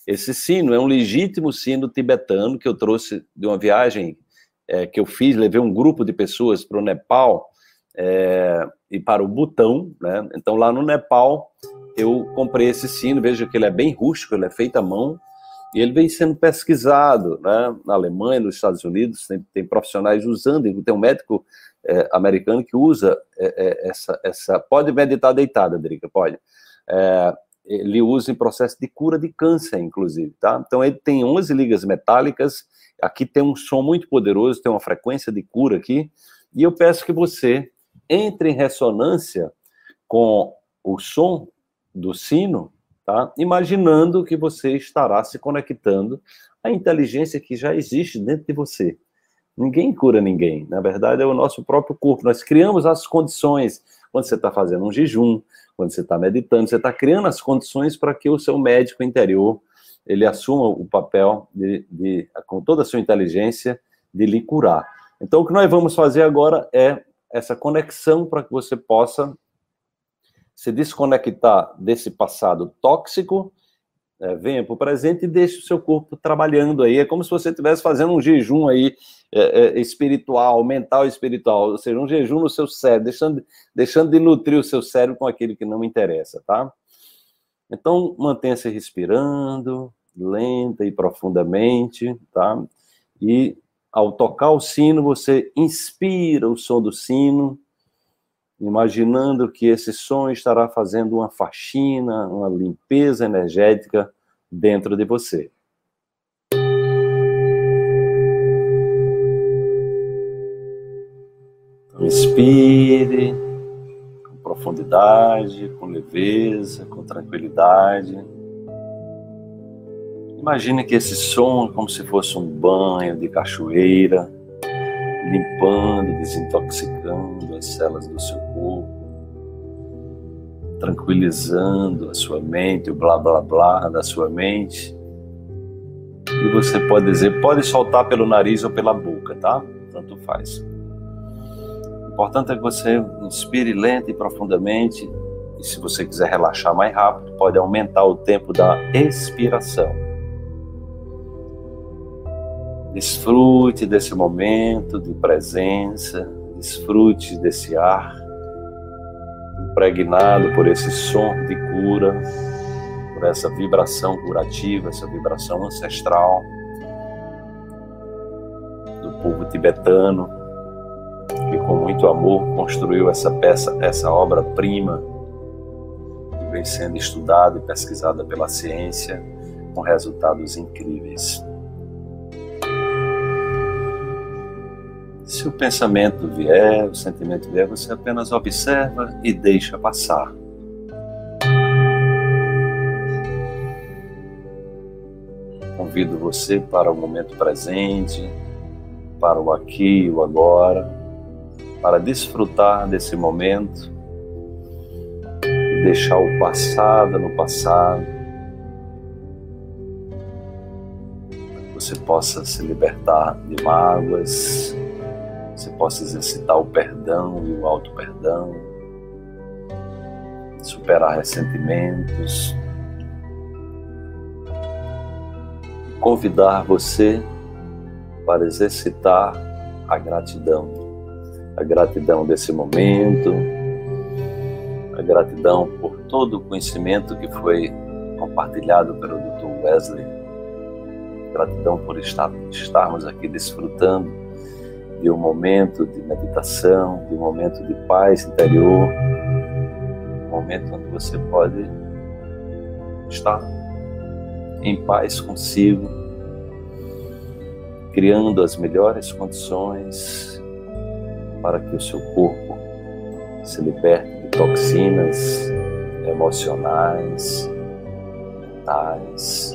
Esse sino é um legítimo sino tibetano que eu trouxe de uma viagem que eu fiz, levei um grupo de pessoas para o Nepal e para o Butão, né? Então lá no Nepal eu comprei esse sino, veja que ele é bem rústico, ele é feito à mão, e ele vem sendo pesquisado, né? Na Alemanha, nos Estados Unidos, tem profissionais usando, tem um médico americano que usa essa... Pode meditar deitada, Drica, pode. Ele usa em processo de cura de câncer, inclusive, tá? Então ele tem 11 ligas metálicas, aqui tem um som muito poderoso, tem uma frequência de cura aqui, e eu peço que você entre em ressonância com o som do sino, tá? Imaginando que você estará se conectando à inteligência que já existe dentro de você. Ninguém cura ninguém, na verdade é o nosso próprio corpo, nós criamos as condições, quando você está fazendo um jejum, quando você está meditando, você está criando as condições para que o seu médico interior, ele assuma o papel com toda a sua inteligência, de lhe curar. Então o que nós vamos fazer agora é essa conexão para que você possa se desconectar desse passado tóxico, venha para o presente e deixe o seu corpo trabalhando aí. É como se você estivesse fazendo um jejum aí espiritual, mental e espiritual, ou seja, um jejum no seu cérebro, deixando de nutrir o seu cérebro com aquilo que não interessa, tá? Então, mantenha-se respirando, lenta e profundamente, tá? E ao tocar o sino, você inspira o som do sino, imaginando que esse som estará fazendo uma faxina, uma limpeza energética dentro de você. Então, inspire com profundidade, com leveza, com tranquilidade. Imagine que esse som é como se fosse um banho de cachoeira, limpando, desintoxicando as células do seu corpo, tranquilizando a sua mente, o blá blá blá da sua mente. E você pode dizer, pode soltar pelo nariz ou pela boca, tá? Tanto faz. O importante é que você inspire lenta e profundamente, e se você quiser relaxar mais rápido, pode aumentar o tempo da expiração. Desfrute desse momento de presença, desfrute desse ar impregnado por esse som de cura, por essa vibração curativa, essa vibração ancestral do povo tibetano, que com muito amor construiu essa peça, essa obra-prima, que vem sendo estudada e pesquisada pela ciência, com resultados incríveis. Se o pensamento vier, o sentimento vier, você apenas observa e deixa passar. Convido você para o momento presente, para o aqui e o agora, para desfrutar desse momento e deixar o passado no passado, para que você possa se libertar de mágoas, você possa exercitar o perdão e o auto-perdão, superar ressentimentos, convidar você para exercitar a gratidão desse momento, a gratidão por todo o conhecimento que foi compartilhado pelo Dr. Wesley, gratidão por estarmos aqui desfrutando de um momento de meditação, de um momento de paz interior, um momento onde você pode estar em paz consigo, criando as melhores condições para que o seu corpo se liberte de toxinas emocionais, mentais.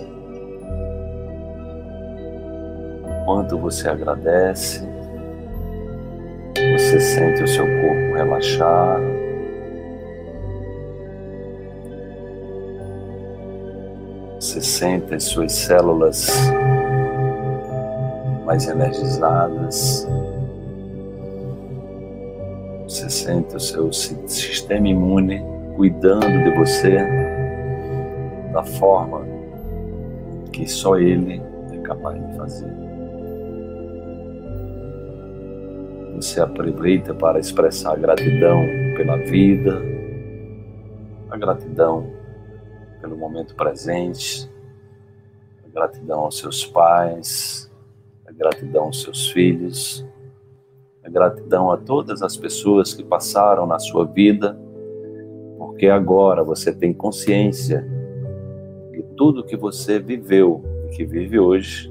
Enquanto você agradece, você sente o seu corpo relaxar. Você sente as suas células mais energizadas. Você sente o seu sistema imune cuidando de você da forma que só Ele é capaz de fazer. Você aproveita para expressar gratidão pela vida, a gratidão pelo momento presente, a gratidão aos seus pais, a gratidão aos seus filhos, a gratidão a todas as pessoas que passaram na sua vida, porque agora você tem consciência de tudo que você viveu e que vive hoje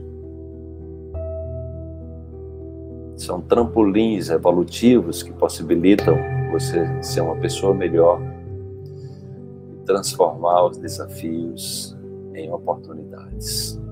são trampolins evolutivos que possibilitam você ser uma pessoa melhor e transformar os desafios em oportunidades.